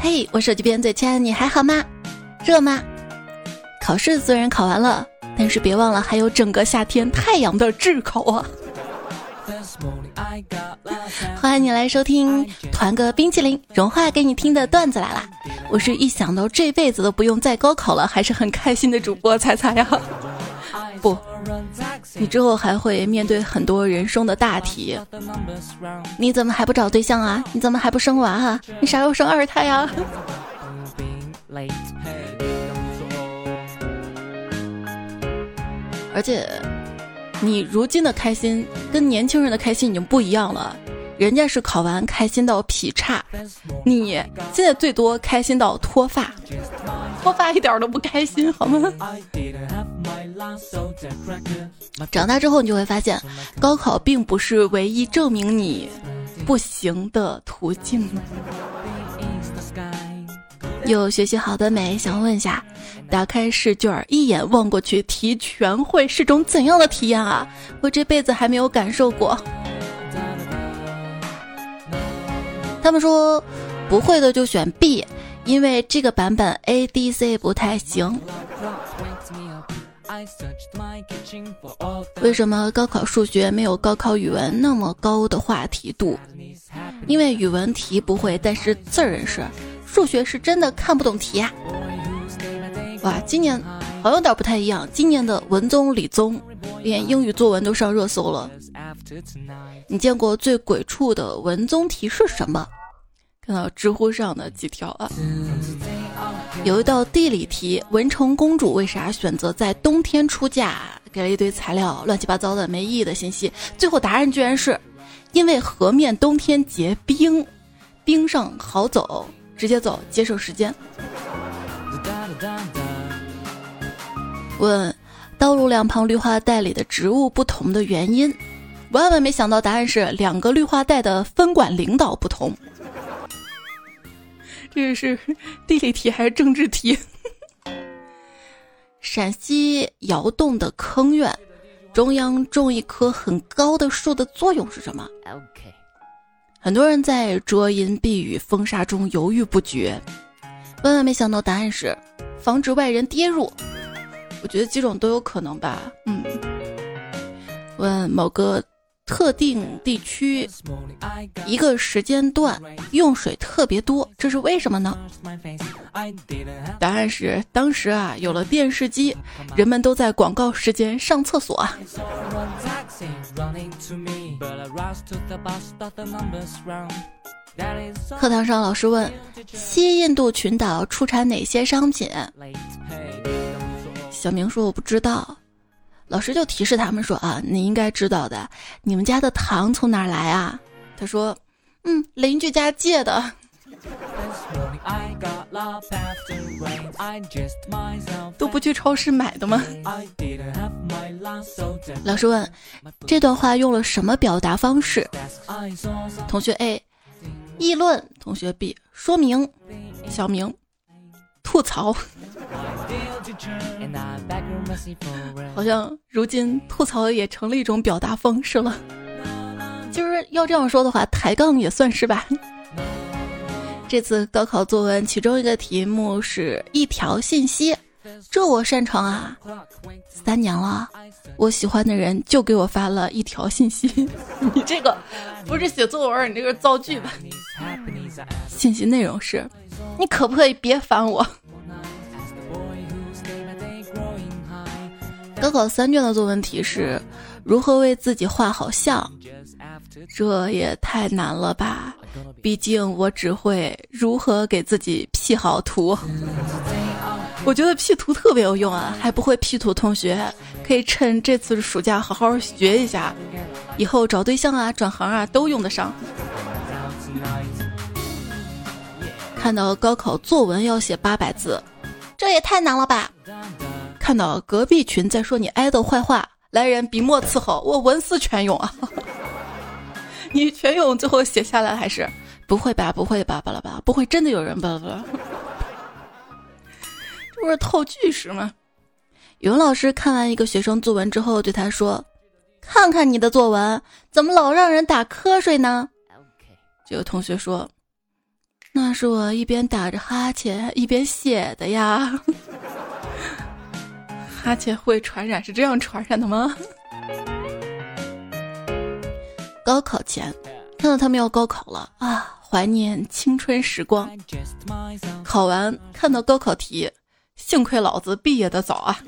嘿，我手机边最亲爱的你还好吗？热吗？考试虽然考完了，但是别忘了还有整个夏天太阳的炙烤啊！欢迎你来收听团个冰淇淋融化给你听的段子来啦！我是一想到这辈子都不用再高考了还是很开心的主播彩彩呀。不，你之后还会面对很多人生的大题。你怎么还不找对象啊？你怎么还不生娃啊？你啥时候生二胎呀？而且你如今的开心跟年轻人的开心已经不一样了，人家是考完开心到劈叉，你现在最多开心到脱发，脱发一点都不开心好吗？长大之后你就会发现，高考并不是唯一证明你不行的途径。有学习好的没？想问一下，打开试卷一眼望过去题全会是种怎样的体验啊？我这辈子还没有感受过。他们说不会的就选 B， 因为这个版本 A、D、C 不太行。为什么高考数学没有高考语文那么高的话题度？因为语文题不会，但是字儿认识，数学是真的看不懂题啊。哇，今年好像有点不太一样，今年的文综理综连英语作文都上热搜了。你见过最鬼畜的文综题是什么？看到知乎上的几条啊，有一道地理题，文成公主为啥选择在冬天出嫁？给了一堆材料，乱七八糟的没意义的信息，最后答案居然是因为河面冬天结冰，冰上好走，直接走，节省时间。问道路两旁绿化带里的植物不同的原因，万万没想到答案是两个绿化带的分管领导不同。这是地理题还是政治题？陕西窑洞的坑院中央种一棵很高的树的作用是什么？很多人在捉阴避雨风沙中犹豫不决，万万没想到答案是防止外人跌入。我觉得几种都有可能吧。问某个特定地区一个时间段用水特别多，这是为什么呢？答案是当时啊有了电视机，人们都在广告时间上厕所。课堂上老师问西印度群岛出产哪些商品，小明说我不知道，老师就提示他们说啊，你应该知道的，你们家的糖从哪儿来啊？他说邻居家借的。都不去超市买的吗？老师问这段话用了什么表达方式？同学 A 议论，同学 B 说明，小明吐槽。好像如今吐槽也成了一种表达方式了。就是要这样说的话，抬杠也算是吧。这次高考作文其中一个题目是一条信息，这我擅长啊。3年了，我喜欢的人就给我发了一条信息。你这个不是写作文，你这个造句吧。信息内容是你可不可以别烦我。高考3卷的作文题是如何为自己画好像，这也太难了吧，毕竟我只会如何给自己 P 好图。我觉得 P 图特别有用啊，还不会 P 图同学可以趁这次暑假好好学一下，以后找对象啊转行啊都用得上。看到高考作文要写800字，这也太难了吧。看到隔壁群在说你爱豆坏话，来人笔墨伺候，我文思泉涌啊。你泉涌最后写下来还是不会吧不会吧巴拉巴拉，不会真的有人巴拉巴拉。这不是套句式吗？语文老师看完一个学生作文之后对他说，看看你的作文怎么老让人打瞌睡呢？这个同学说， 那是我一边打着哈欠一边写的呀。哈欠会传染，是这样传染的吗？高考前看到他们要高考了啊，怀念青春时光。考完看到高考题，幸亏老子毕业的早啊。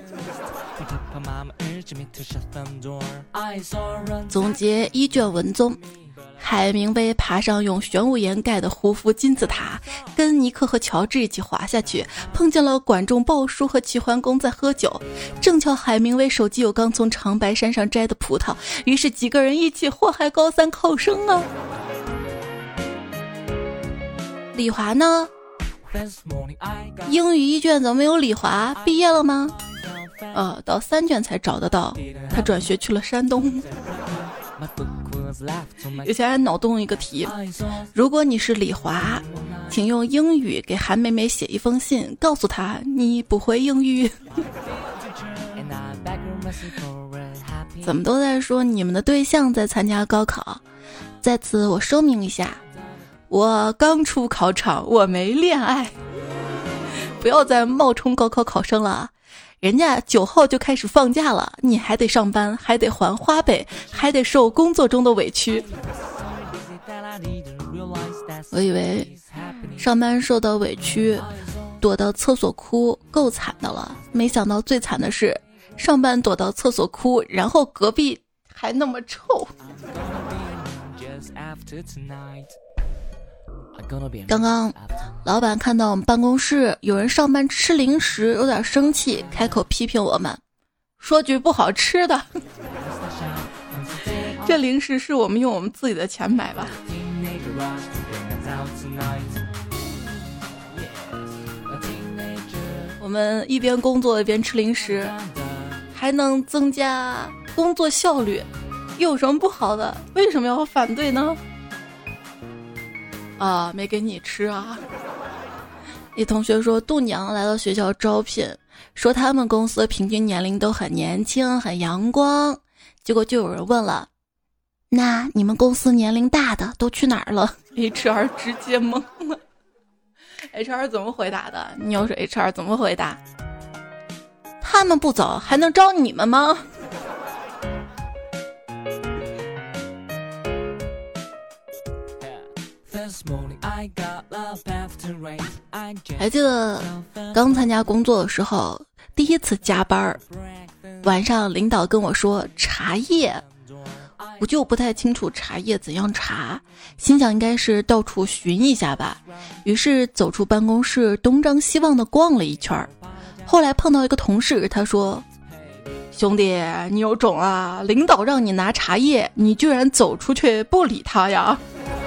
总结一卷文综，海明威爬上用玄武岩盖的胡夫金字塔，跟尼克和乔治一起滑下去，碰见了管仲、鲍叔和齐桓公在喝酒，正巧海明威手机有刚从长白山上摘的葡萄，于是几个人一起祸害高三考生啊。李华呢？英语一卷怎么没有李华？毕业了吗？到3卷才找得到，他转学去了山东。以前还脑洞一个题，如果你是李华，请用英语给韩梅梅写一封信，告诉她你不会英语。怎么都在说你们的对象在参加高考，在此我声明一下，我刚出考场，我没恋爱。不要再冒充高考考生了，人家9号就开始放假了，你还得上班，还得还花呗，还得受工作中的委屈。我以为上班受到委屈，躲到厕所哭够惨的了，没想到最惨的是上班躲到厕所哭，然后隔壁还那么臭。刚刚老板看到我们办公室有人上班吃零食，有点生气，开口批评我们，说句不好吃的。这零食是我们用我们自己的钱买吧。我们一边工作一边吃零食，还能增加工作效率，有什么不好的？为什么要反对呢？没给你吃啊。一同学说度娘来到学校招聘，说他们公司的平均年龄都很年轻很阳光，结果就有人问了，那你们公司年龄大的都去哪儿了？ HR 直接懵了。HR 怎么回答的？你要是 HR 怎么回答？他们不走还能招你们吗？还记得刚参加工作的时候，第一次加班，晚上领导跟我说茶叶，我就不太清楚茶叶怎样茶，心想应该是到处寻一下吧，于是走出办公室东张西望的逛了一圈。后来碰到一个同事，他说，兄弟你有种啊，领导让你拿茶叶，你居然走出去不理他呀。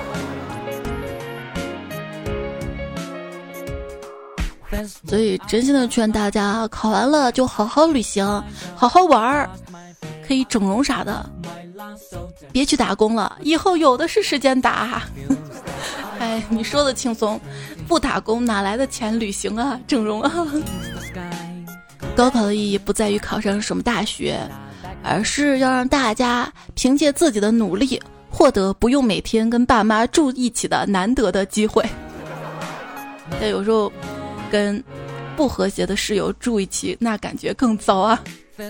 所以真心的劝大家，考完了就好好旅行，好好玩，可以整容啥的，别去打工了，以后有的是时间打。哎，你说的轻松，不打工哪来的钱旅行啊，整容啊？高考的意义不在于考上什么大学，而是要让大家凭借自己的努力，获得不用每天跟爸妈住一起的难得的机会。但有时候跟不和谐的室友住一起，那感觉更糟啊。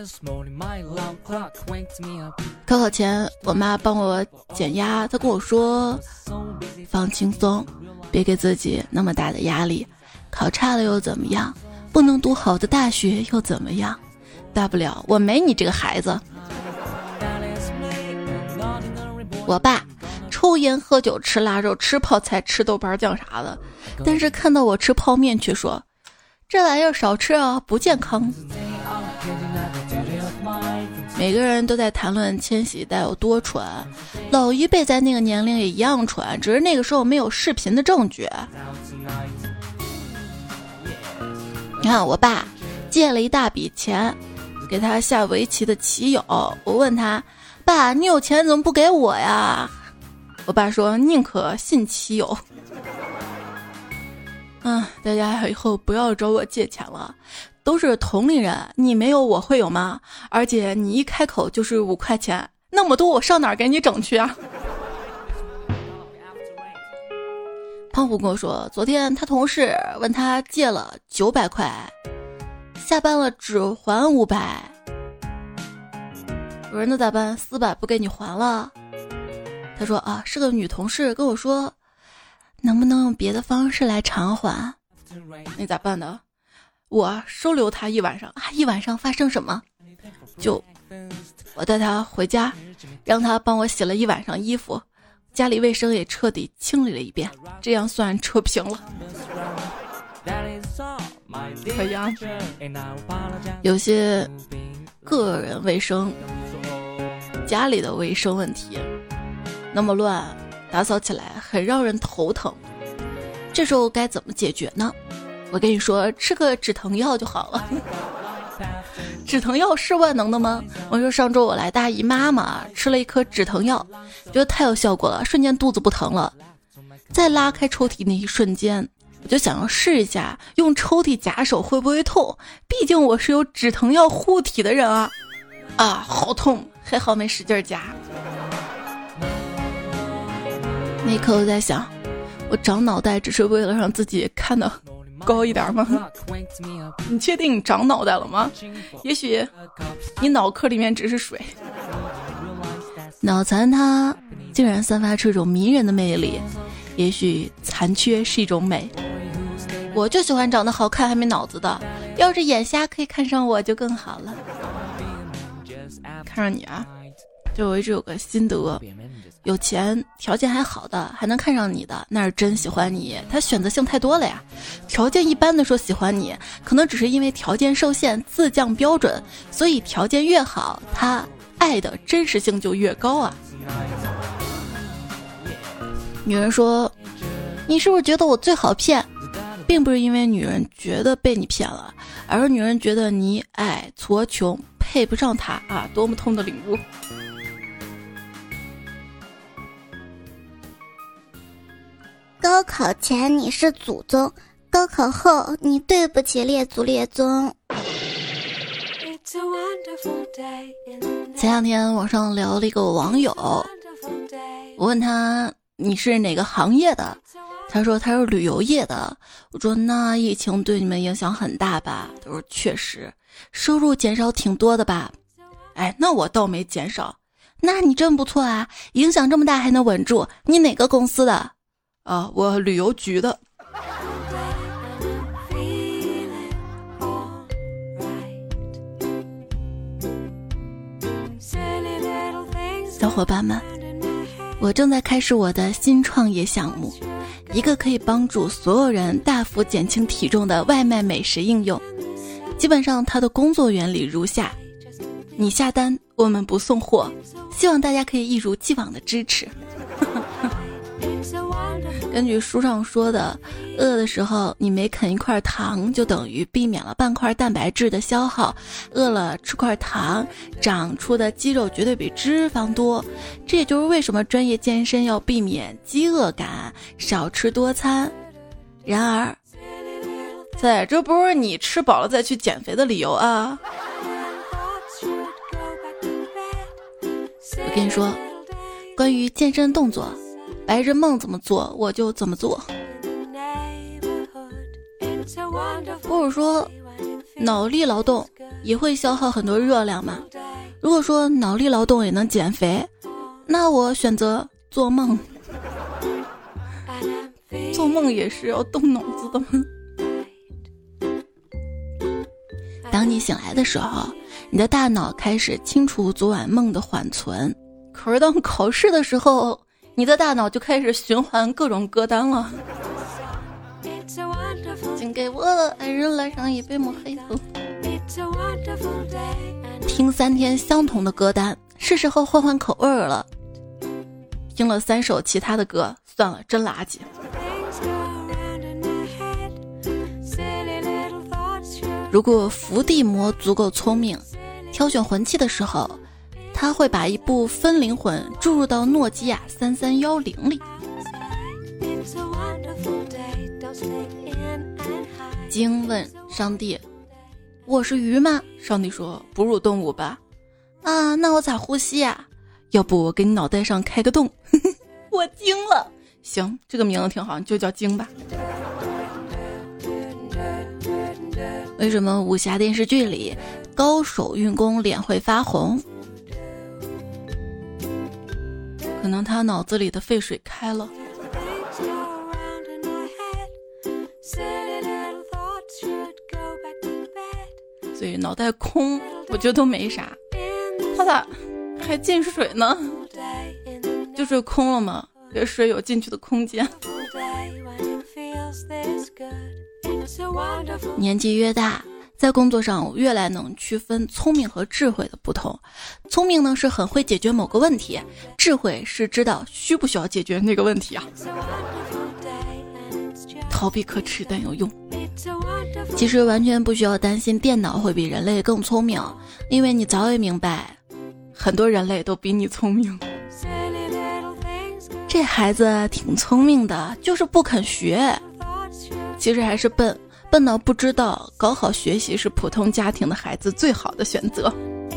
高考前我妈帮我减压，她跟我说，放轻松，别给自己那么大的压力，考差了又怎么样，不能读好的大学又怎么样，大不了我没你这个孩子。我爸抽烟喝酒吃腊肉吃泡菜吃豆瓣酱啥的，但是看到我吃泡面却说，这玩意儿少吃啊，不健康。每个人都在谈论千禧代有多蠢，老一辈在那个年龄也一样蠢，只是那个时候没有视频的证据。你看我爸借了一大笔钱给他下围棋的棋友，我问他，爸你有钱怎么不给我呀？我爸说宁可信棋友。大家以后不要找我借钱了，都是同龄人，你没有我会有吗？而且你一开口就是5块钱，那么多我上哪儿给你整去啊？ 胖虎跟我说，昨天他同事问他借了900块，下班了只还500。我说那咋办？400不给你还了？他说啊，是个女同事跟我说，能不能用别的方式来偿还？你咋办的？我收留他一晚上啊！一晚上发生什么？就我带他回家，让他帮我洗了一晚上衣服，家里卫生也彻底清理了一遍，这样算扯平了。可以啊，有些个人卫生、家里的卫生问题那么乱，打扫起来很让人头疼。这时候该怎么解决呢？我跟你说，吃个止疼药就好了。止疼药是万能的吗？我说上周我来大姨妈嘛，吃了一颗止疼药，觉得太有效果了，瞬间肚子不疼了。在拉开抽屉那一瞬间，我就想要试一下用抽屉夹手会不会痛，毕竟我是有止疼药护体的人啊！啊，好痛，还好没使劲夹。那一刻我在想，我长脑袋只是为了让自己看得高一点吗？你确定你长脑袋了吗？也许你脑壳里面只是水。脑残它竟然散发出一种迷人的魅力，也许残缺是一种美。我就喜欢长得好看还没脑子的，要是眼瞎可以看上我就更好了。看上你啊，就我一直有个心得，有钱条件还好的还能看上你的，那是真喜欢你，他选择性太多了呀。条件一般的说喜欢你，可能只是因为条件受限自降标准，所以条件越好他爱的真实性就越高啊。女人说，你是不是觉得我最好骗？并不是因为女人觉得被你骗了，而是女人觉得你矮矬穷配不上他啊！多么痛的领悟。 高考前你是祖宗，高考后你对不起列祖列宗。 前两天网上聊了一个网友，我问他你是哪个行业的，他说他是旅游业的。我说那疫情对你们影响很大吧？他说确实，收入减少挺多的吧？哎，那我倒没减少。那你真不错啊，影响这么大还能稳住。你哪个公司的？啊，我旅游局的。小伙伴们，我正在开始我的新创业项目，一个可以帮助所有人大幅减轻体重的外卖美食应用。基本上它的工作原理如下：你下单，我们不送货，希望大家可以一如既往的支持。根据书上说的，饿的时候你每啃一块糖，就等于避免了半块蛋白质的消耗。饿了吃块糖，长出的肌肉绝对比脂肪多。这也就是为什么专业健身要避免饥饿感，少吃多餐。然而，这不是你吃饱了再去减肥的理由啊！我跟你说，关于健身动作，白日梦怎么做我就怎么做。不是说脑力劳动也会消耗很多热量吗？如果说脑力劳动也能减肥，那我选择做梦。做梦也是要动脑子的吗？当你醒来的时候，你的大脑开始清除昨晚梦的缓存，可是当考试的时候，你的大脑就开始循环各种歌单了。请给我的爱人来上一杯抹黑色。听3天相同的歌单，是时候换换口味了。听了3首其他的歌，算了，真垃圾。如果伏地魔足够聪明，挑选魂器的时候，他会把一部分灵魂注入到诺基亚3310里。经问上帝，我是鱼吗？上帝说，哺乳动物吧。啊，那我咋呼吸呀？要不我给你脑袋上开个洞。我惊了， 行，这个名字挺好，就叫晶吧。为什么武侠电视剧里高手运功脸会发红？可能他脑子里的废水开了，所以脑袋空，我觉得都没啥。他咋还进水呢？就是空了吗？这水有进去的空间。年纪越大，在工作上越来能区分聪明和智慧的不同。聪明呢是很会解决某个问题，智慧是知道需不需要解决那个问题啊。逃避可耻但有用。其实完全不需要担心电脑会比人类更聪明，因为你早已明白，很多人类都比你聪明。这孩子挺聪明的，就是不肯学。其实还是笨到不知道搞好学习是普通家庭的孩子最好的选择。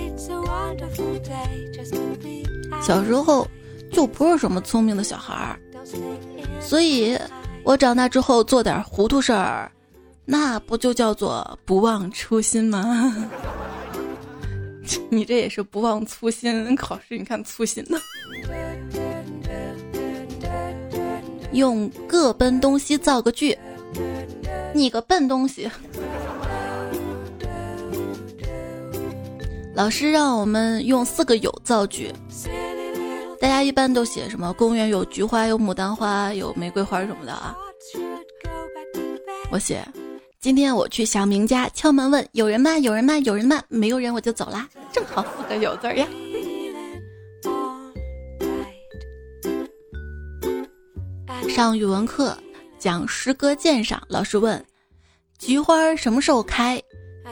小时候就不是什么聪明的小孩，所以我长大之后做点糊涂事儿，那不就叫做不忘初心吗？你这也是不忘初心，考试你看粗心的。用个笨东西造个句，你个笨东西。老师让我们用4个有造句，大家一般都写什么公园有菊花有牡丹花有玫瑰花什么的啊。我写今天我去小明家敲门问有人吗有人吗有人吗，没有人我就走啦，正好4个有字呀。上语文课讲诗歌鉴赏，老师问菊花什么时候开？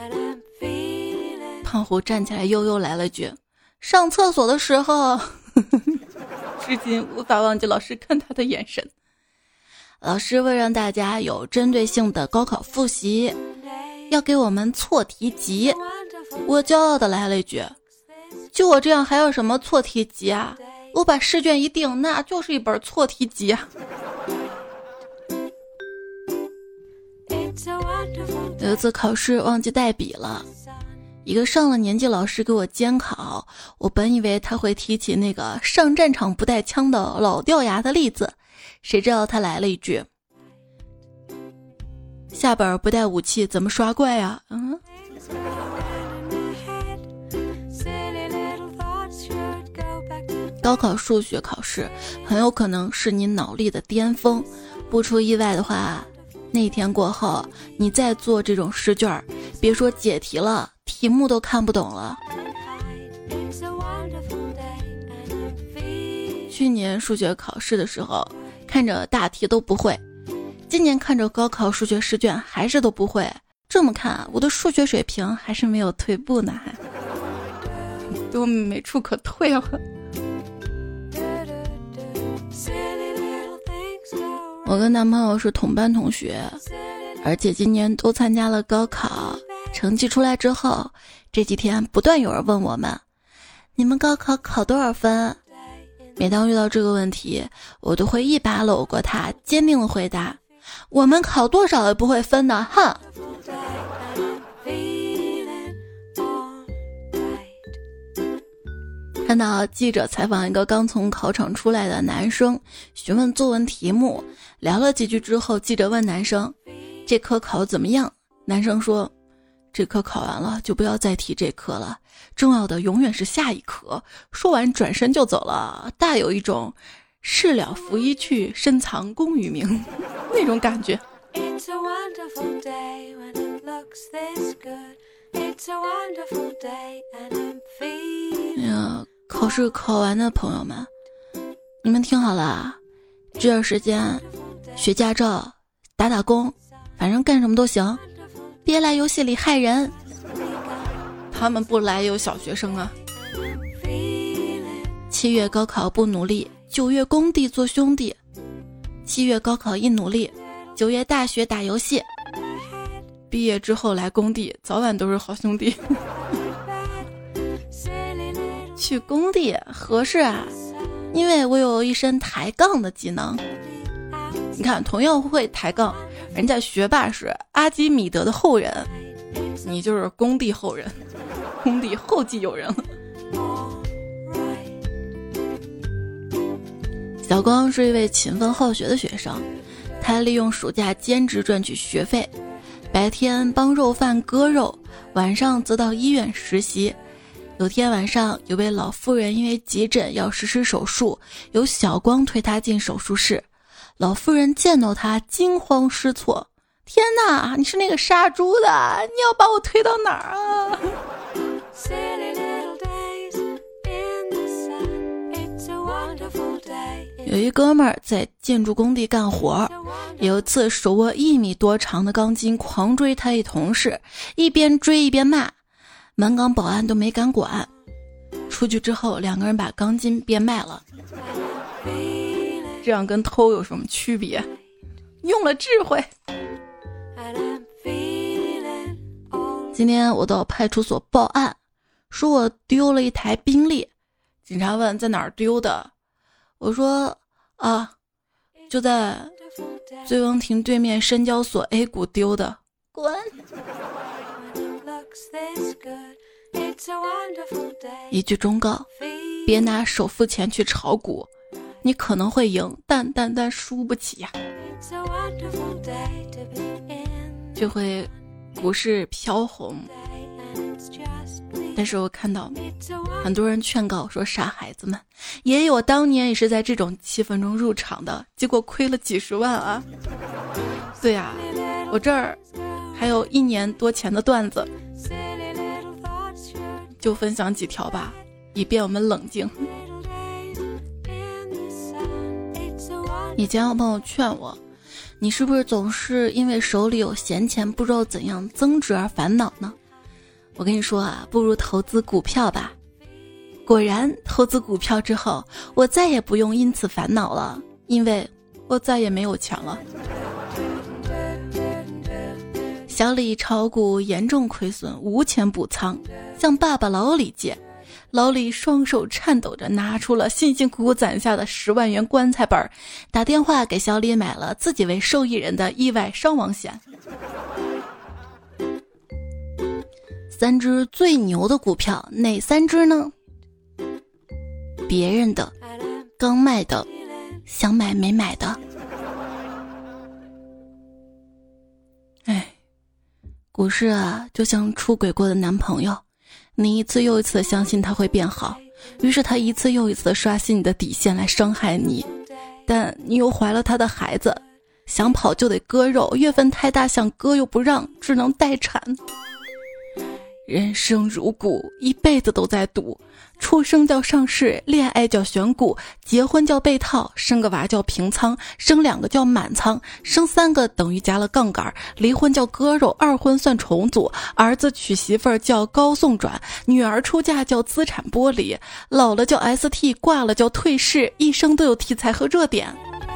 胖虎站起来悠悠来了句上厕所的时候。至今无法忘记老师看他的眼神。老师为让大家有针对性的高考复习，要给我们错题集。我骄傲的来了一句就我这样还有什么错题集啊，我把试卷一定，那就是一本错题集啊。有一次考试忘记带笔了，一个上了年纪老师给我监考，我本以为他会提起那个上战场不带枪的老掉牙的例子，谁知道他来了一句下本不带武器怎么刷怪啊？高考数学考试很有可能是你脑力的巅峰，不出意外的话，那天过后你再做这种试卷，别说解题了，题目都看不懂了。去年数学考试的时候看着大题都不会，今年看着高考数学试卷还是都不会，这么看我的数学水平还是没有退步呢，都没处可退了。我跟男朋友是同班同学，而且今年都参加了高考，成绩出来之后，这几天不断有人问我们你们高考考多少分？每当遇到这个问题，我都会一把搂过他，坚定的回答我们考多少也不会分的，哼。看到记者采访一个刚从考场出来的男生，询问作文题目，聊了几句之后，记者问男生这科考怎么样？男生说这科考完了就不要再提这科了，重要的永远是下一科。说完转身就走了，大有一种事了拂衣去，深藏功与名那种感觉。It's a wonderful day when it looks this good. It's a wonderful day and I'm feeling. 考试考完的朋友们，你们听好了，这段时间学驾照、打工，反正干什么都行，别来游戏里害人。他们不来有小学生啊。7月高考不努力，9月工地做兄弟；7月高考一努力，9月大学打游戏。毕业之后来工地，早晚都是好兄弟。去工地合适啊，因为我有一身抬杠的技能。 你看，同样会抬杠，人家学霸是阿基米德的后人，你就是工地后人，工地后继有人。小光是一位勤奋好学的学生，他利用暑假兼职赚取学费，白天帮肉贩割肉，晚上则到医院实习。有天晚上，有位老妇人因为急诊要实施手术，由小光推她进手术室。老妇人见到他惊慌失措，天哪，你是那个杀猪的，你要把我推到哪儿啊？有一哥们儿在建筑工地干活，有一次手握1米多长的钢筋狂追他一同事，一边追一边骂，门岗保安都没敢管。出去之后，2个人把钢筋变卖了。这样跟偷有什么区别？用了智慧。今天我到派出所报案，说我丢了一台宾利。警察问在哪儿丢的，我说就在醉翁亭对面深交所 A 股丢的。滚！一句忠告，别拿首付钱去炒股，你可能会赢，但输不起呀，就会股市飘红。但是我看到很多人劝告说，傻孩子们，爷爷我当年也是在这种气氛中入场的，结果亏了几十万啊。对啊，我这儿还有1年多前的段子，就分享几条吧，以便我们冷静。以前有朋友劝我，你是不是总是因为手里有闲钱不知道怎样增值而烦恼呢？我跟你说啊，不如投资股票吧。果然投资股票之后，我再也不用因此烦恼了，因为我再也没有钱了。小李炒股严重亏损，无钱补仓，向爸爸老李借。老李双手颤抖着拿出了辛辛苦苦攒下的10万元棺材本，打电话给小李买了自己为受益人的意外伤亡险。3只最牛的股票，哪3只呢？别人的，刚卖的，想买没买的。股市啊，就像出轨过的男朋友，你一次又一次相信他会变好，于是他一次又一次刷新你的底线来伤害你，但你又怀了他的孩子，想跑就得割肉，月份太大想割又不让，只能待产。人生如股，一辈子都在赌，出生叫上市，恋爱叫选股，结婚叫被套，生个娃叫平仓，生2个叫满仓，生3个等于加了杠杆，离婚叫割肉，二婚算重组，儿子娶媳妇儿叫高送转，女儿出嫁叫资产剥离，老了叫 ST， 挂了叫退市，一生都有题材和热点。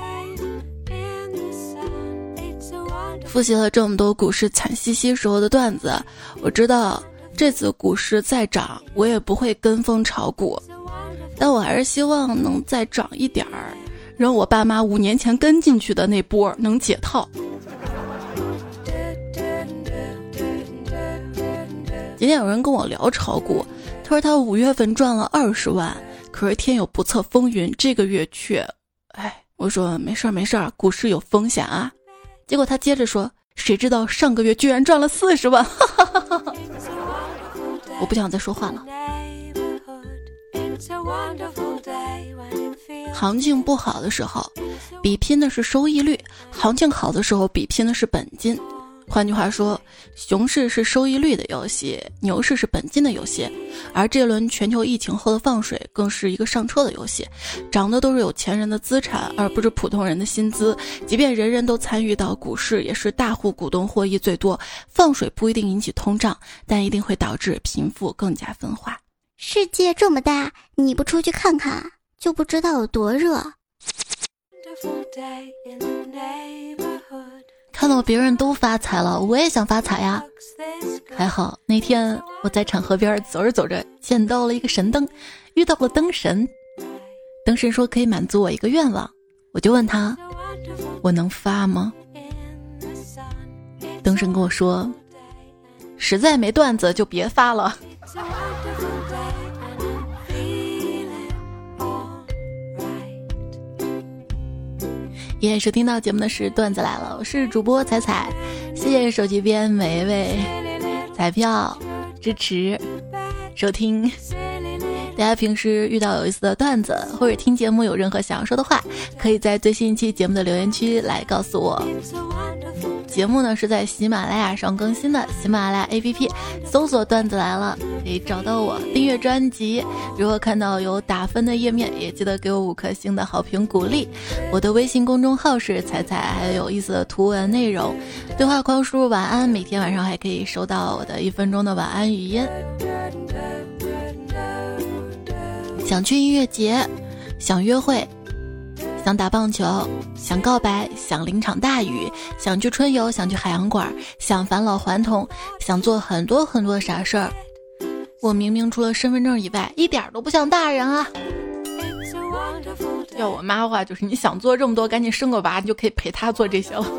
复习了这么多股市惨兮兮时候的段子，我知道这次股市再涨，我也不会跟风炒股，但我还是希望能再涨一点儿，让我爸妈5年前跟进去的那波能解套。今天有人跟我聊炒股，他说他5月份赚了20万，可是天有不测风云，这个月却……我说没事儿，股市有风险啊。结果他接着说，谁知道上个月居然赚了40万，哈哈哈哈。我不想再说话了。行情不好的时候，比拼的是收益率；行情好的时候，比拼的是本金。换句话说，熊市是收益率的游戏，牛市是本金的游戏。而这轮全球疫情后的放水更是一个上车的游戏，涨的都是有钱人的资产，而不是普通人的薪资。即便人人都参与到股市，也是大户股东获益最多。放水不一定引起通胀，但一定会导致贫富更加分化。 世界这么大，你不出去看看，就不知道有多热。 看到别人都发财了，我也想发财呀。还好那天我在场河边走着走着，见到了一个神灯，遇到了灯神。灯神说可以满足我一个愿望，我就问他， 我能发吗？灯神跟我说，实在没段子就别发了。也收听到节目的是段子来了，我是主播彩彩，谢谢手机边每一位彩票支持收听。大家平时遇到有意思的段子或者听节目有任何想要说的话，可以在最新一期节目的留言区来告诉我。节目呢是在喜马拉雅上更新的，喜马拉雅 APP 搜索段子来了可以找到我，订阅专辑。如果看到有打分的页面，也记得给我5颗星的好评鼓励。我的微信公众号是彩彩，还有意思的图文内容，对话框输入晚安，每天晚上还可以收到我的1分钟的晚安语音。想去音乐节，想约会，想打棒球，想告白，想淋场大雨，想去春游，想去海洋馆，想返老还童，想做很多很多傻事儿。我明明除了身份证以外一点都不像大人啊。要我妈的话就是你想做这么多赶紧生个娃，你就可以陪她做这些了。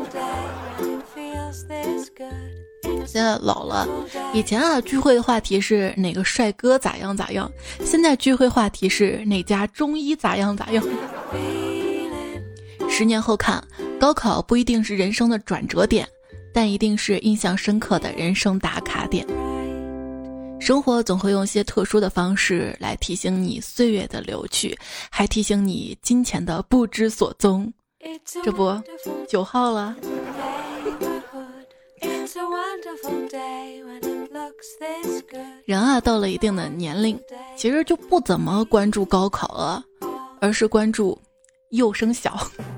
现在老了，以前啊聚会的话题是哪个帅哥咋样咋样，现在聚会话题是哪家中医咋样咋样。10年后看，高考不一定是人生的转折点，但一定是印象深刻的人生打卡点。生活总会用些特殊的方式来提醒你岁月的流去，还提醒你金钱的不知所踪。这不9号了。人啊，到了一定的年龄，其实就不怎么关注高考了，而是关注幼升小。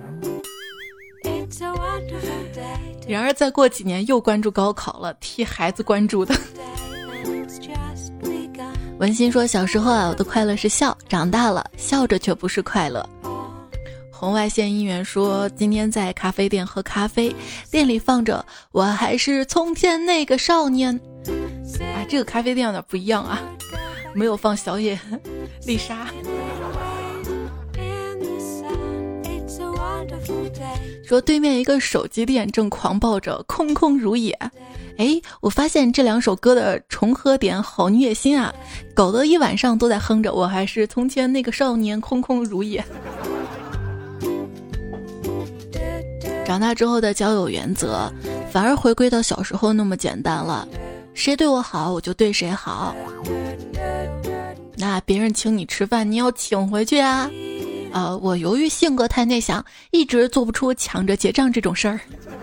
然而再过几年又关注高考了，替孩子关注的。文心说，小时候啊，我的快乐是笑，长大了笑着却不是快乐。红外线姻缘说，今天在咖啡店喝咖啡，店里放着我还是从前那个少年。这个咖啡店有点不一样啊，没有放小野丽莎。说对面一个手机店正狂暴着空空如也。我发现这2首歌的重合点好虐心啊，搞得一晚上都在哼着我还是从前那个少年空空如也。长大之后的交友原则反而回归到小时候那么简单了，谁对我好我就对谁好。那别人请你吃饭你要请回去啊。我由于性格太内向，一直做不出抢着结账这种事儿。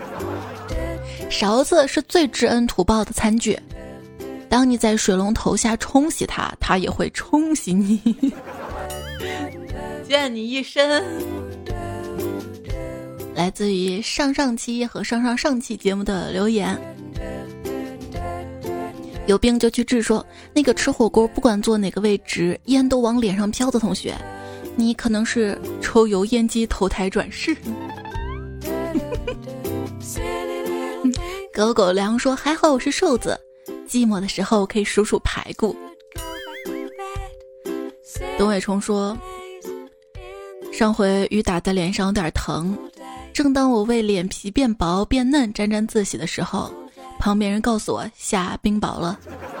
勺子是最知恩图报的餐具，当你在水龙头下冲洗它，它也会冲洗你。溅你一身。来自于上上期和上上上期节目的留言。有病就去治说，那个吃火锅不管坐哪个位置烟都往脸上飘的同学，你可能是抽油烟机投胎转世。狗狗粮说，还好我是瘦子，寂寞的时候可以数数排骨。董伟虫说，上回雨打在脸上有点疼，正当我为脸皮变薄变嫩沾沾自喜的时候，旁边人告诉我下冰雹了。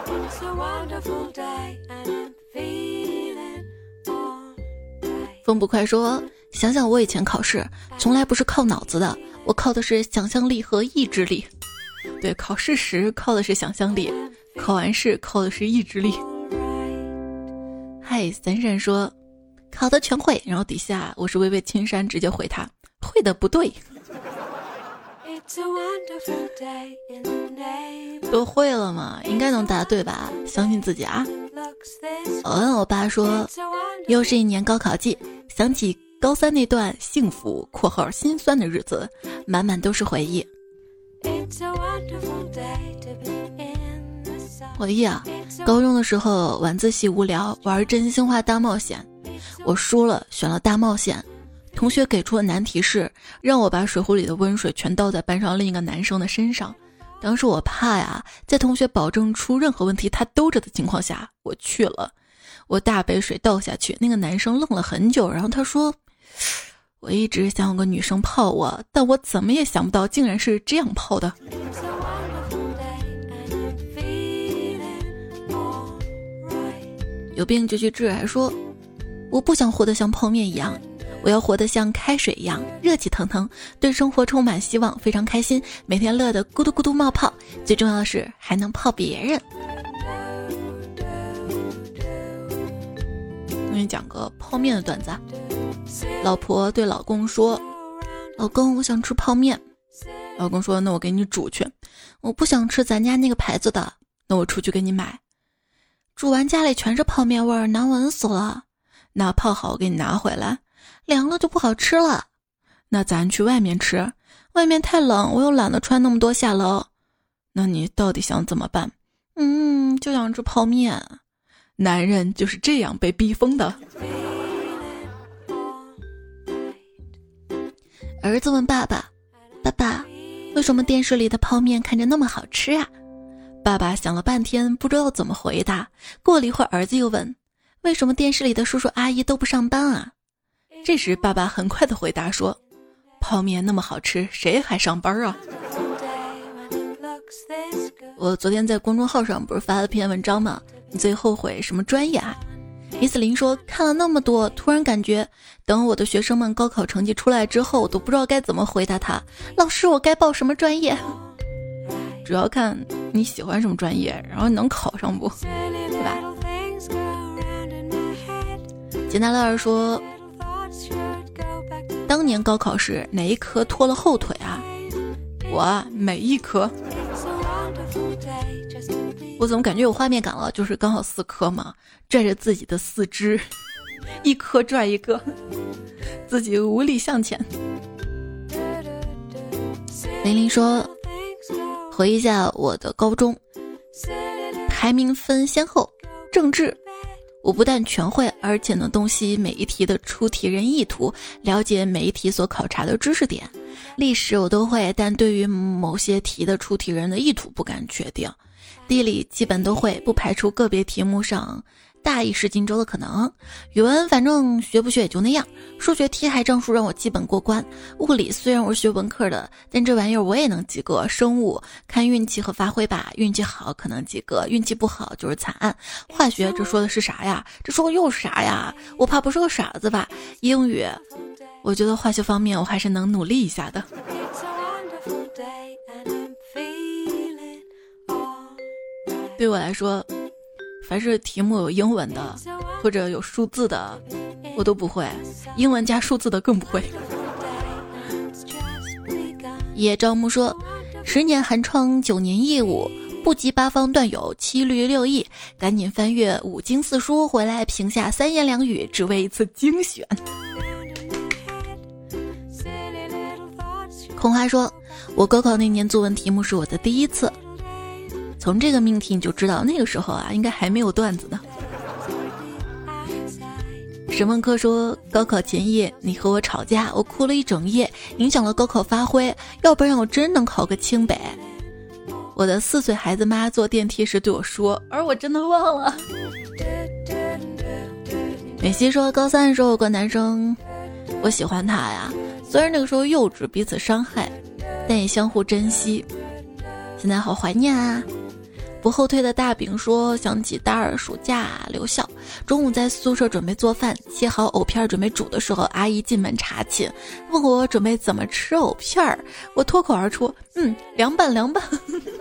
风不快说，想想我以前考试从来不是靠脑子的，我靠的是想象力和意志力。对，考试时靠的是想象力，考完试靠的是意志力。嗨，散闪说考的全会，然后底下我是微微青山直接回他会的不对。都会了嘛，应该能答对吧，相信自己啊。我爸说，又是一年高考季，想起高3那段幸福（括号心酸的日子），满满都是回忆。回忆啊，高中的时候晚自习无聊玩真心话大冒险，我输了，选了大冒险。同学给出的难题是让我把水壶里的温水全倒在班上另一个男生的身上。当时我怕呀，在同学保证出任何问题他兜着的情况下，我去了。我大杯水倒下去，那个男生愣了很久，然后他说， 我一直想有个女生泡我，但我怎么也想不到竟然是这样泡的。有病就去治，还说我不想活得像泡面一样，我要活得像开水一样热气腾腾，对生活充满希望，非常开心，每天乐得咕嘟咕嘟冒泡，最重要的是还能泡别人。我给你讲个泡面的段子。老婆对老公说，老公我想吃泡面。老公说，那我给你煮去。我不想吃咱家那个牌子的，那我出去给你买。煮完家里全是泡面味儿，难闻死了。那泡好我给你拿回来，凉了就不好吃了。那咱去外面吃，外面太冷，我又懒得穿那么多下楼。那你到底想怎么办？就想吃泡面。男人就是这样被逼疯的。儿子问爸爸，爸爸，为什么电视里的泡面看着那么好吃啊？爸爸想了半天不知道怎么回答。过了一会儿，儿子又问，为什么电视里的叔叔阿姨都不上班啊？这时爸爸很快的回答说，泡面那么好吃，谁还上班啊？我昨天在公众号上不是发了篇文章吗？你最后悔什么专业啊？伊斯林说，看了那么多，突然感觉等我的学生们高考成绩出来之后，我都不知道该怎么回答他。老师，我该报什么专业？主要看你喜欢什么专业，然后你能考上不，对吧？简单乐说，当年高考时哪一科拖了后腿啊？我每一科。我怎么感觉有画面感了？就是刚好4科嘛，拽着自己的4肢，一科拽一个，自己无力向前。林林说，回忆一下我的高中，排名分先后，政治我不但全会，而且能洞悉每一题的出题人意图，了解每一题所考察的知识点。历史我都会，但对于某些题的出题人的意图不敢确定。地理基本都会，不排除个别题目上大意失荆州的可能。语文反正学不学也就那样，数学题还证书让我基本过关。物理虽然我是学文科的，但这玩意儿我也能及格。生物看运气和发挥吧，运气好可能及格，运气不好就是惨案。化学这说的是啥呀？这说的又是啥呀？我怕不是个傻子吧？英语我觉得化学方面我还是能努力一下的。对我来说，凡是题目有英文的或者有数字的我都不会，英文加数字的更不会。叶兆木说，10年寒窗9年义务，不及八方断友7律6艺，赶紧翻阅5经4书回来评下3言2语，只为一次精选。空花说，我高考那年作文题目是我的第一次。从这个命题你就知道那个时候啊，应该还没有段子呢。沈梦科说，高考前夜你和我吵架，我哭了一整夜，影响了高考发挥，要不然我真能考个清北。我的4岁孩子妈坐电梯时对我说，而我真的忘了。美熙说，高3的时候有个男生，我喜欢他呀，虽然那个时候幼稚彼此伤害，但也相互珍惜，现在好怀念啊。不后退的大饼说，想起大2暑假留校，中午在宿舍准备做饭，切好藕片准备煮的时候，阿姨进门查寝，问我准备怎么吃藕片，我脱口而出，凉拌凉拌。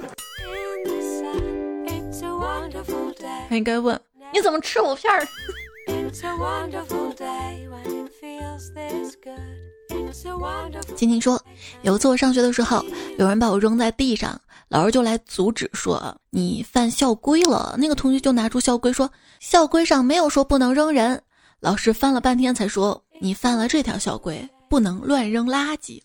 他应该问，你怎么吃藕片？青青说，有一次我上学的时候，有人把我扔在地上，老师就来阻止说，你犯校规了。那个同学就拿出校规说，校规上没有说不能扔人。老师翻了半天才说，你犯了这条校规，不能乱扔垃圾。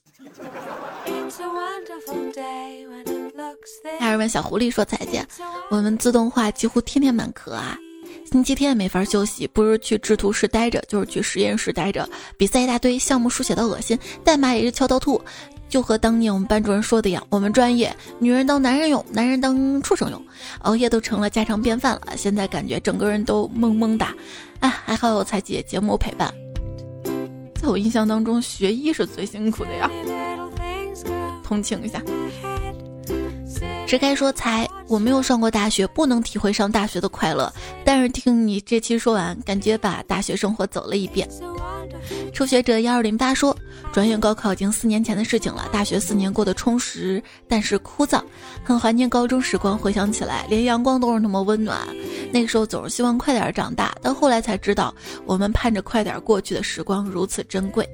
艾尔文小狐狸说，彩姐，我们自动化几乎天天满课啊，星期天没法休息，不是去制图室待着，就是去实验室待着，比赛一大堆，项目书写到恶心，代码也是敲到吐。就和当年我们班主任说的一样，我们专业女人当男人用，男人当畜生用，熬夜都成了家常便饭了。现在感觉整个人都懵懵的，还好有彩姐节目陪伴。 在我印象当中，学医是最辛苦的呀，同情一下。只该说才，我没有上过大学，不能体会上大学的快乐，但是听你这期说完，感觉把大学生活走了一遍。初学者1208说，转眼高考已经4年前的事情了，大学4年过得充实但是枯燥，很怀念高中时光，回想起来连阳光都是那么温暖，那个时候总是希望快点长大，但后来才知道我们盼着快点过去的时光如此珍贵。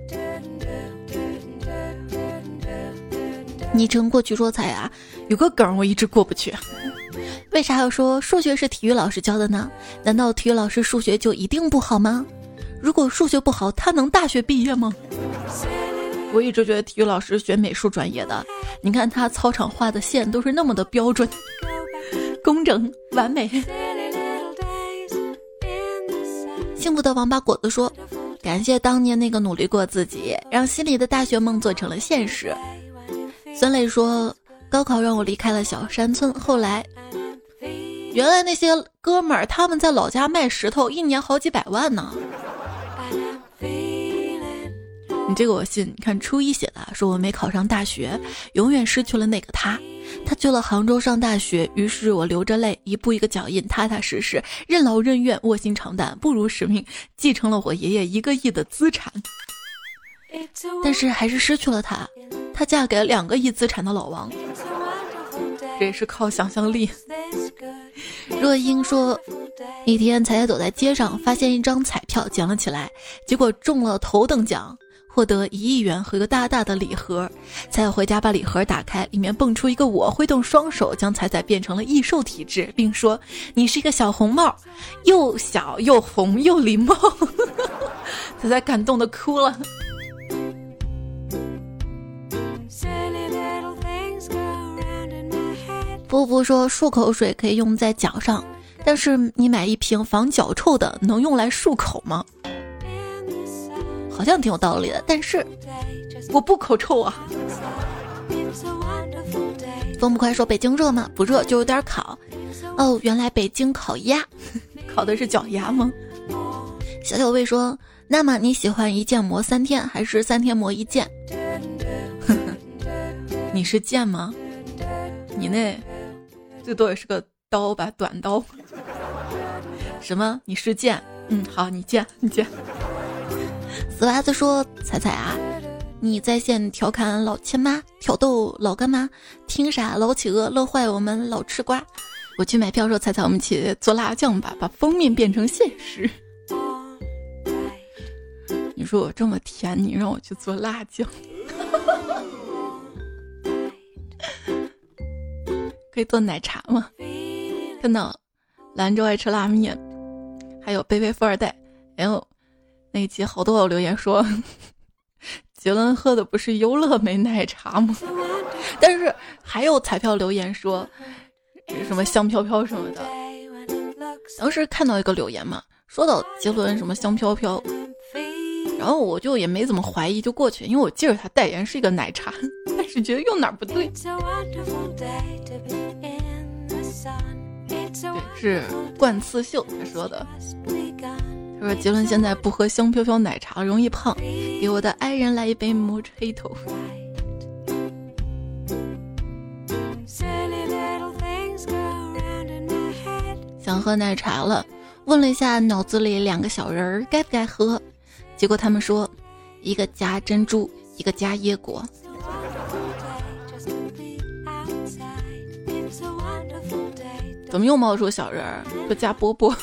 昵称过去说彩啊，有个梗我一直过不去，为啥要说数学是体育老师教的呢？难道体育老师数学就一定不好吗？如果数学不好，他能大学毕业吗？我一直觉得体育老师学美术专业的，你看他操场画的线都是那么的标准、工整、完美。幸福的王八果子说，感谢当年那个努力过自己，让心里的大学梦做成了现实。孙磊说，高考让我离开了小山村，后来原来那些哥们儿他们在老家卖石头，一年好几百万呢。你这个我信，你看初一写的，说我没考上大学，永远失去了那个他去了杭州上大学，于是我流着泪，一步一个脚印，踏踏实实，任劳任怨，卧薪尝胆，不辱使命，继承了我爷爷1个亿的资产，但是还是失去了她嫁给了2个亿资产的老王，这也是靠想象力。若英说，一天彩彩走在街上，发现一张彩票，捡了起来，结果中了头等奖，获得1亿元和一个大大的礼盒。彩彩回家把礼盒打开，里面蹦出一个我，挥动双手将彩彩变成了异兽体质，并说，你是一个小红帽，又小又红又礼貌。彩彩感动的哭了。波波说，漱口水可以用在脚上，但是你买一瓶防脚臭的能用来漱口吗？好像挺有道理的，但是我不口臭啊。风不快说，北京热吗？不热，就有点烤。哦，原来北京烤鸭烤的是脚丫吗？小小魏说，那么你喜欢一键磨3天还是3天磨一键？你是剑吗？你那最多也是个刀吧，短刀。什么？你是剑？好，你剑。死娃子说，彩彩啊，你在线调侃老亲妈，挑逗老干妈，听啥老企鹅，乐坏我们老吃瓜。我去买票说，彩彩我们一起做辣酱吧，把封面变成现实。你说我这么甜，你让我去做辣酱。可以做奶茶吗？看到兰州爱吃拉面，还有贝贝富二代，还有那一期好多有留言说杰伦喝的不是优乐美奶茶吗？但是还有彩票留言说什么香飘飘什么的。当时看到一个留言嘛，说到杰伦什么香飘飘，然后我就也没怎么怀疑，就过去，因为我记得他代言是一个奶茶，但是觉得用哪儿不对。对，是冠刺绣他说的。他说杰伦现在不喝香飘飘奶茶容易胖，给我的爱人来一杯 Mojito。想喝奶茶了，问了一下脑子里2个小人儿该不该喝，结果他们说一个加珍珠，一个加椰果。怎么又冒出小人儿？说加波波。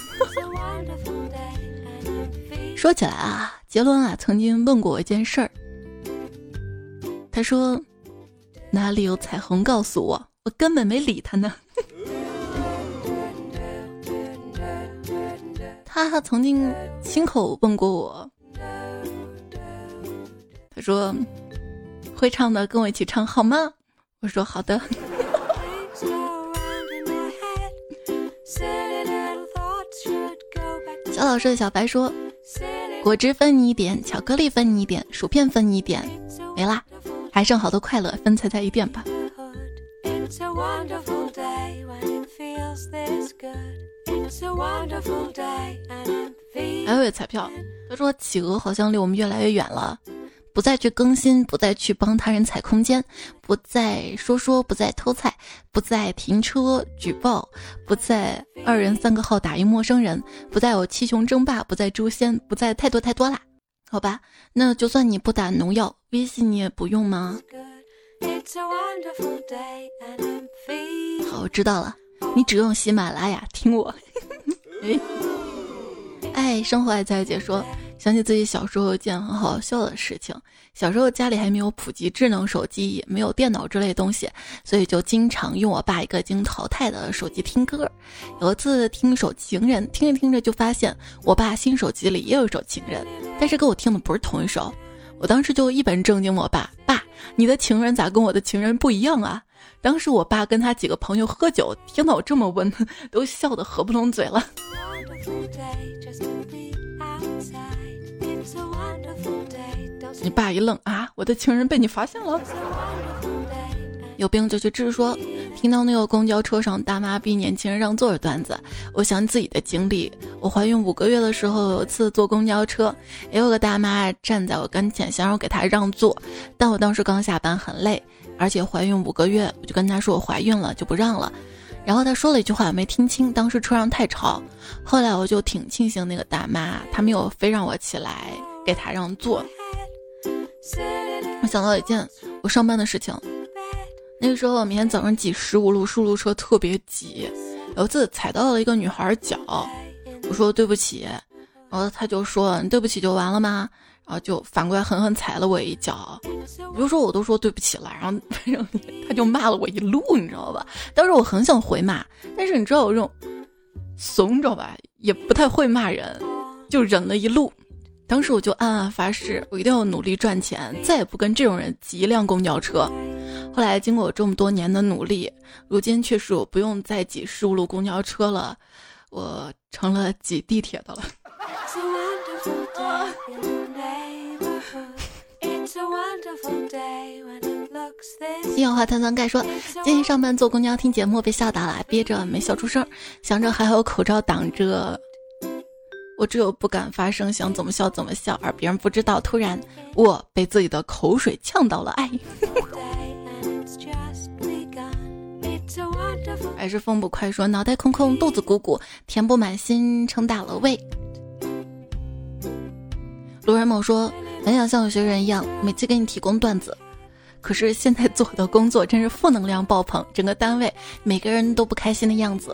说起来啊，杰伦啊曾经问过我一件事儿，他说哪里有彩虹告诉我，我根本没理他呢。他曾经亲口问过我，他说会唱的跟我一起唱好吗？我说好的。小老师的小白说，果汁分你一点，巧克力分你一点，薯片分你一点，没啦，还剩好多快乐，分彩彩一点吧。 还有一彩票，他说企鹅好像离我们越来越远了，不再去更新，不再去帮他人踩空间，不再说，不再偷菜，不再停车举报，不再2人3个号打赢陌生人，不再有七雄争霸，不再诛仙，不再太多啦。好吧，那就算你不打农药，微信你也不用吗？好，我知道了，你只用喜马拉雅听我。生活爱菜姐说，想起自己小时候有一件很好笑的事情。小时候家里还没有普及智能手机，也没有电脑之类的东西，所以就经常用我爸一个已经淘汰的手机听歌。有一次听手情人，听着听着就发现我爸新手机里也有一首情人，但是跟我听的不是同一首。我当时就一本正经问我爸，你的情人咋跟我的情人不一样啊？当时我爸跟他几个朋友喝酒，听到我这么问，都笑得合不拢嘴了。你爸一愣，我的情人被你发现了？有病就去治说。听到那个公交车上大妈逼年轻人让座的段子，我想自己的经历。我怀孕5个月的时候，有一次坐公交车，也有个大妈站在我跟前，想让我给她让座，但我当时刚下班很累，而且怀孕5个月，我就跟她说我怀孕了，就不让了。然后她说了一句话我没听清，当时车上太吵。后来我就挺庆幸那个大妈她没有非让我起来给她让座。我想到一件我上班的事情，那个时候每天早上挤15路，顺路车特别挤，有一次踩到了一个女孩脚，我说对不起，然后她就说你对不起就完了吗？然后就反过来狠狠踩了我一脚。我就说我都说对不起了，然后她就骂了我一路，你知道吧？当时我很想回骂，但是你知道我这种怂着吧，也不太会骂人，就忍了一路。当时我就暗暗发誓，我一定要努力赚钱，再也不跟这种人挤一辆公交车。后来经过我这么多年的努力，如今确实我不用再挤15路公交车了，我成了挤地铁的了。一氧化碳酸钙说，今天上班坐公交听节目被笑到了，憋着没笑出声，想着还好有口罩挡着，我只有不敢发声，想怎么笑怎么笑，而别人不知道，突然我被自己的口水呛到了，还是风不快说，脑袋空空，肚子鼓鼓，填不满心，撑大了胃。路人某说，很想像有些人一样，每期给你提供段子，可是现在做的工作真是负能量爆棚，整个单位每个人都不开心的样子。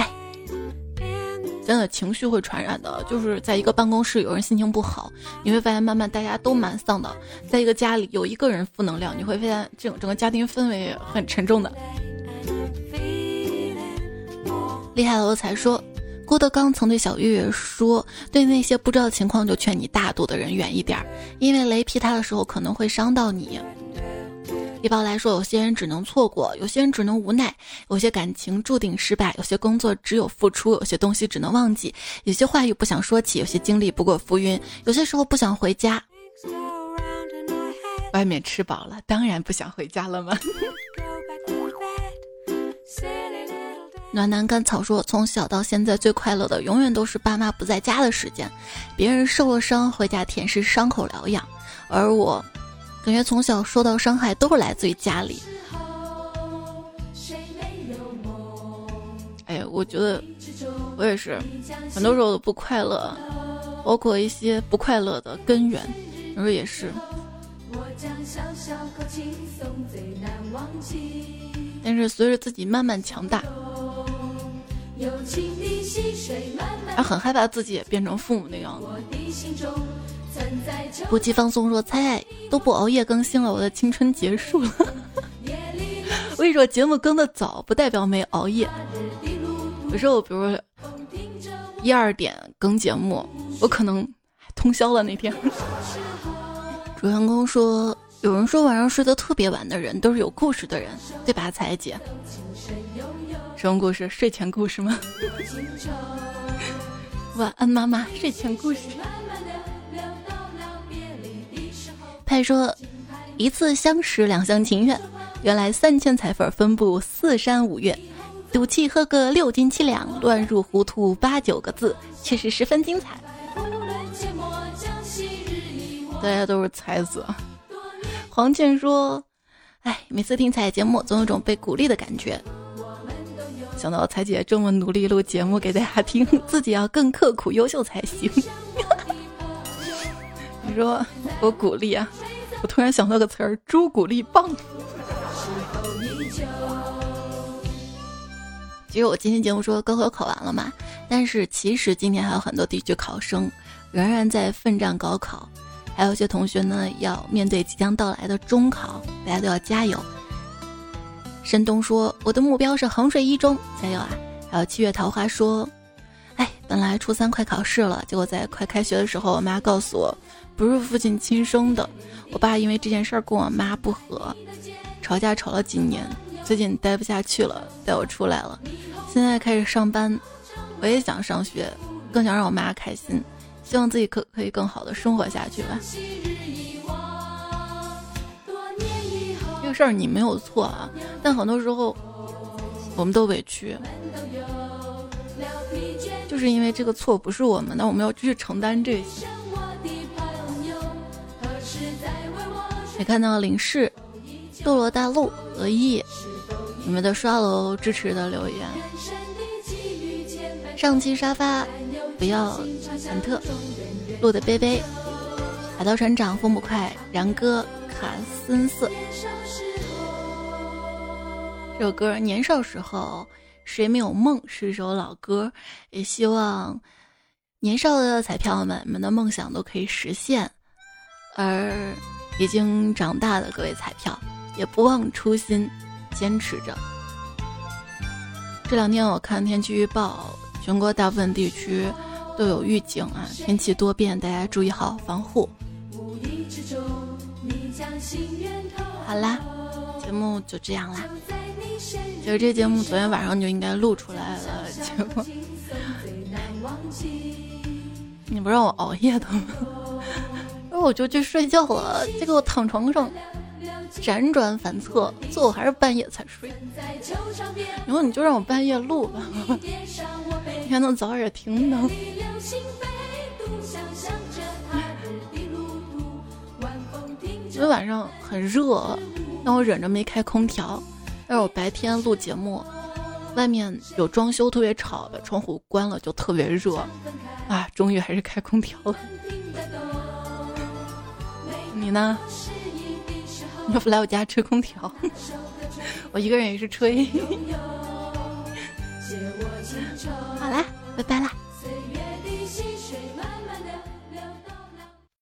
真的情绪会传染的，就是在一个办公室有人心情不好，你会发现慢慢大家都蛮丧的。在一个家里有一个人负能量，你会发现这种整个家庭氛围很沉重的。厉害了我才说，郭德纲曾对小岳岳说，对那些不知道情况就劝你大度的人远一点，因为雷劈他的时候可能会伤到你。李宝来说，有些人只能错过，有些人只能无奈，有些感情注定失败，有些工作只有付出，有些东西只能忘记，有些话语不想说起，有些经历不过浮云，有些时候不想回家。外面吃饱了，当然不想回家了吗？暖男甘草说，从小到现在最快乐的永远都是爸妈不在家的时间，别人受了伤回家舔舐伤口疗养，而我感觉从小受到伤害都是来自于家里。我觉得我也是，很多时候的不快乐，包括一些不快乐的根源，有时候也是。但是随着自己慢慢强大，很害怕自己也变成父母那样子。不羁放松说，猜都不熬夜更新了，我的青春结束了。我跟你说，节目更的早不代表没熬夜，有时候比如说1、2点更节目，我可能通宵了那天。主人公说，有人说晚上睡得特别晚的人都是有故事的人，对吧，彩姐？什么故事？睡前故事吗？晚安妈妈，睡前故事。派说，一次相识两厢情愿，原来3000彩粉分布4山5岳， 赌气喝个6斤7两，乱入糊涂8、9个字，确实十分精彩。大家都是才子。黄倩说，每次听彩节目总有种被鼓励的感觉，想到彩姐这么努力录节目给大家听，自己要更刻苦优秀才行。你说我鼓励啊，我突然想到个词儿，朱古力棒。其实我今天节目说高考考完了嘛，但是其实今天还有很多地区考生仍然在奋战高考，还有一些同学呢要面对即将到来的中考，大家都要加油。申东说，我的目标是衡水一中，加油啊！还有七月桃花说，本来初3快考试了，结果在快开学的时候，我妈告诉我不是父亲亲生的，我爸因为这件事儿跟我妈不和，吵架吵了几年，最近待不下去了，带我出来了，现在开始上班，我也想上学，更想让我妈开心，希望自己可以更好的生活下去吧。这个事儿你没有错啊，但很多时候我们都委屈，就是因为这个错不是我们的，我们要去承担这些。也看到领事、斗罗大陆、何意，你们的刷楼支持的留言。上期沙发不要忐忑，路的杯杯，海盗船长、风不快、然哥、卡森瑟。这首歌年少时候谁没有梦是一首老歌，也希望年少的彩票们的梦想都可以实现，而已经长大的各位彩票也不忘初心，坚持着。这2天我看天气预报，全国大部分地区都有预警啊，天气多变，大家注意好防护。好啦，节目就这样啦。其实这节目昨天晚上就应该录出来了，结果你不让我熬夜的吗？然后我就去睡觉了，结果我躺床上辗转反侧，最后还是半夜才睡。然后你就让我半夜录吧，你还能早点听呢。昨天晚上很热，但我忍着没开空调。但是我白天录节目，外面有装修特别吵，把窗户关了就特别热啊！终于还是开空调了。你呢？你要不来我家吹空调？我一个人也是吹。好啦，拜拜啦。